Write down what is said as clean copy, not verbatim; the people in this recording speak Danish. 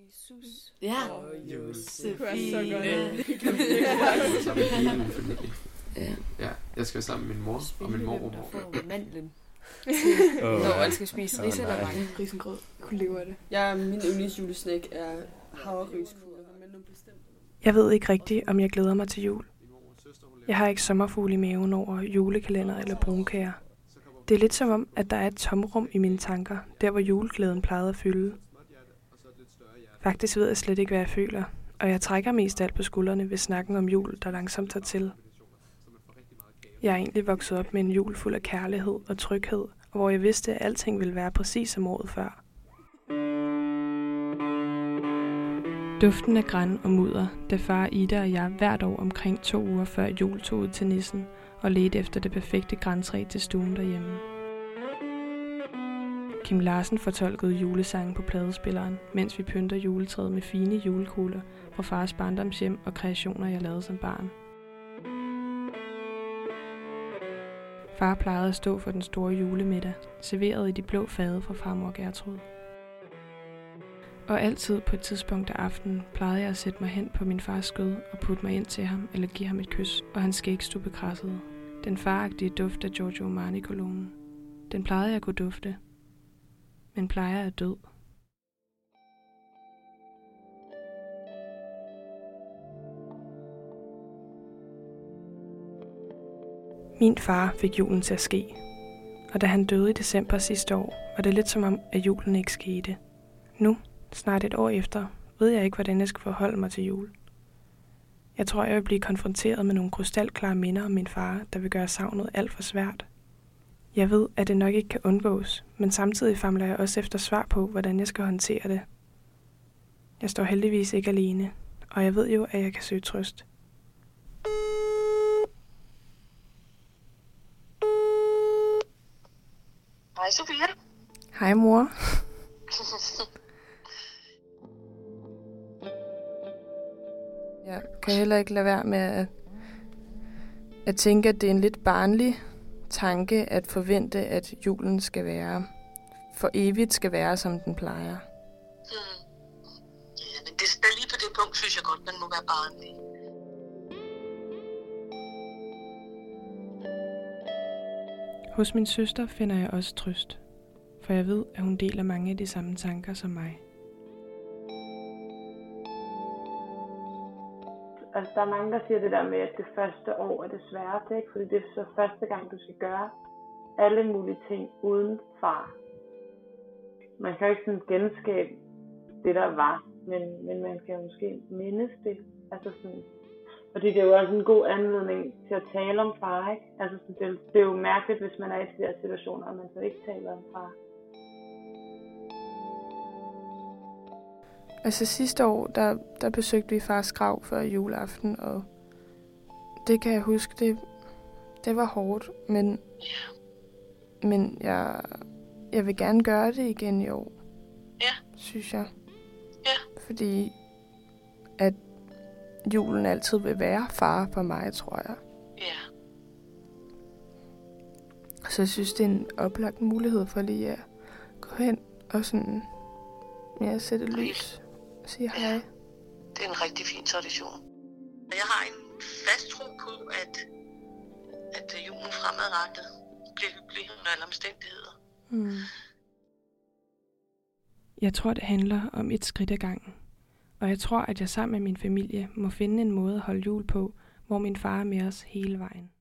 Jesus. Ja. Og Josefine. Ja, jeg skal være sammen med min mor og min mormor. Der får mandlen. Når man skal spise ris eller mange. Risengrød. Jeg kunne leve af det. Ja, min yndlingsjulesnack er havregryskugler, men nu bestemt. Jeg ved ikke rigtigt, om jeg glæder mig til jul. Jeg har ikke sommerfugle i maven over julekalender eller brunkager. Det er lidt som om, at der er et tomrum i mine tanker, der hvor juleglæden plejede at fylde. Faktisk ved jeg slet ikke, hvad jeg føler, og jeg trækker mest alt på skuldrene ved snakken om jul, der langsomt tager til. Jeg er egentlig vokset op med en jul fuld af kærlighed og tryghed, og hvor jeg vidste, at alting ville være præcis som året før. Duften af græn og mudder, da far Ida og jeg hvert år omkring 2 uger før jul tog ud til nissen og ledte efter det perfekte grantræ til stuen derhjemme. Kim Larsen fortolkede julesangen på pladespilleren, mens vi pynter juletræet med fine julekugler fra fars barndomshjem og kreationer, jeg lavede som barn. Far plejede at stå for den store julemiddag, serveret i de blå fade fra farmor Gertrud. Og altid på et tidspunkt af aftenen plejede jeg at sætte mig hen på min fars skød og putte mig ind til ham eller give ham et kys, og hans skægstube krassede. Den faragtige duft af Giorgio Armani-kolognen. Den plejede jeg at kunne dufte. Men plejer er død. Min far fik julen til at ske, og da han døde i december sidste år, var det lidt som om, at julen ikke skete. Nu, snart et år efter, ved jeg ikke, hvordan jeg skal forholde mig til jul. Jeg tror, jeg vil blive konfronteret med nogle krystalklare minder om min far, der vil gøre savnet alt for svært. Jeg ved, at det nok ikke kan undgås, men samtidig famler jeg også efter svar på, hvordan jeg skal håndtere det. Jeg står heldigvis ikke alene, og jeg ved jo, at jeg kan søge trøst. Hej Sofia. Hej mor. Jeg kan heller ikke lade være med at tænke, at det er en lidt barnlig tanke at forvente, at julen skal være for evigt skal være, som den plejer. Ja, men det, lige på det punkt synes jeg godt, man må være barnlig. Hos min søster finder jeg også trøst, for jeg ved, at hun deler mange af de samme tanker som mig. Altså, der er mange, der siger det der med, at det første år er det sværeste, ikke? Fordi det er så første gang, du skal gøre alle mulige ting uden far. Man kan jo ikke sådan genskabe det, der var, men man kan måske mindes det. Altså sådan, fordi det er jo også en god anledning til at tale om far, ikke? Altså sådan, det er jo mærkeligt, hvis man er i de der situationer, og man så ikke taler om far. Altså sidste år, der besøgte vi fars grav før juleaften, og det kan jeg huske, det var hårdt, men jeg vil gerne gøre det igen i år. Ja. Synes jeg. Ja. Fordi at julen altid vil være far for mig, tror jeg. Ja. Så jeg synes, det er en oplagt mulighed for lige at gå hen og sådan, sætte lys og sige hej. Det er en rigtig fin tradition. Jeg har en fast tro på, at julen fremadrettet bliver hyggelig under alle omstændigheder. Jeg tror, det handler om et skridt ad gangen. Og jeg tror, at jeg sammen med min familie må finde en måde at holde jul på, hvor min far er med os hele vejen.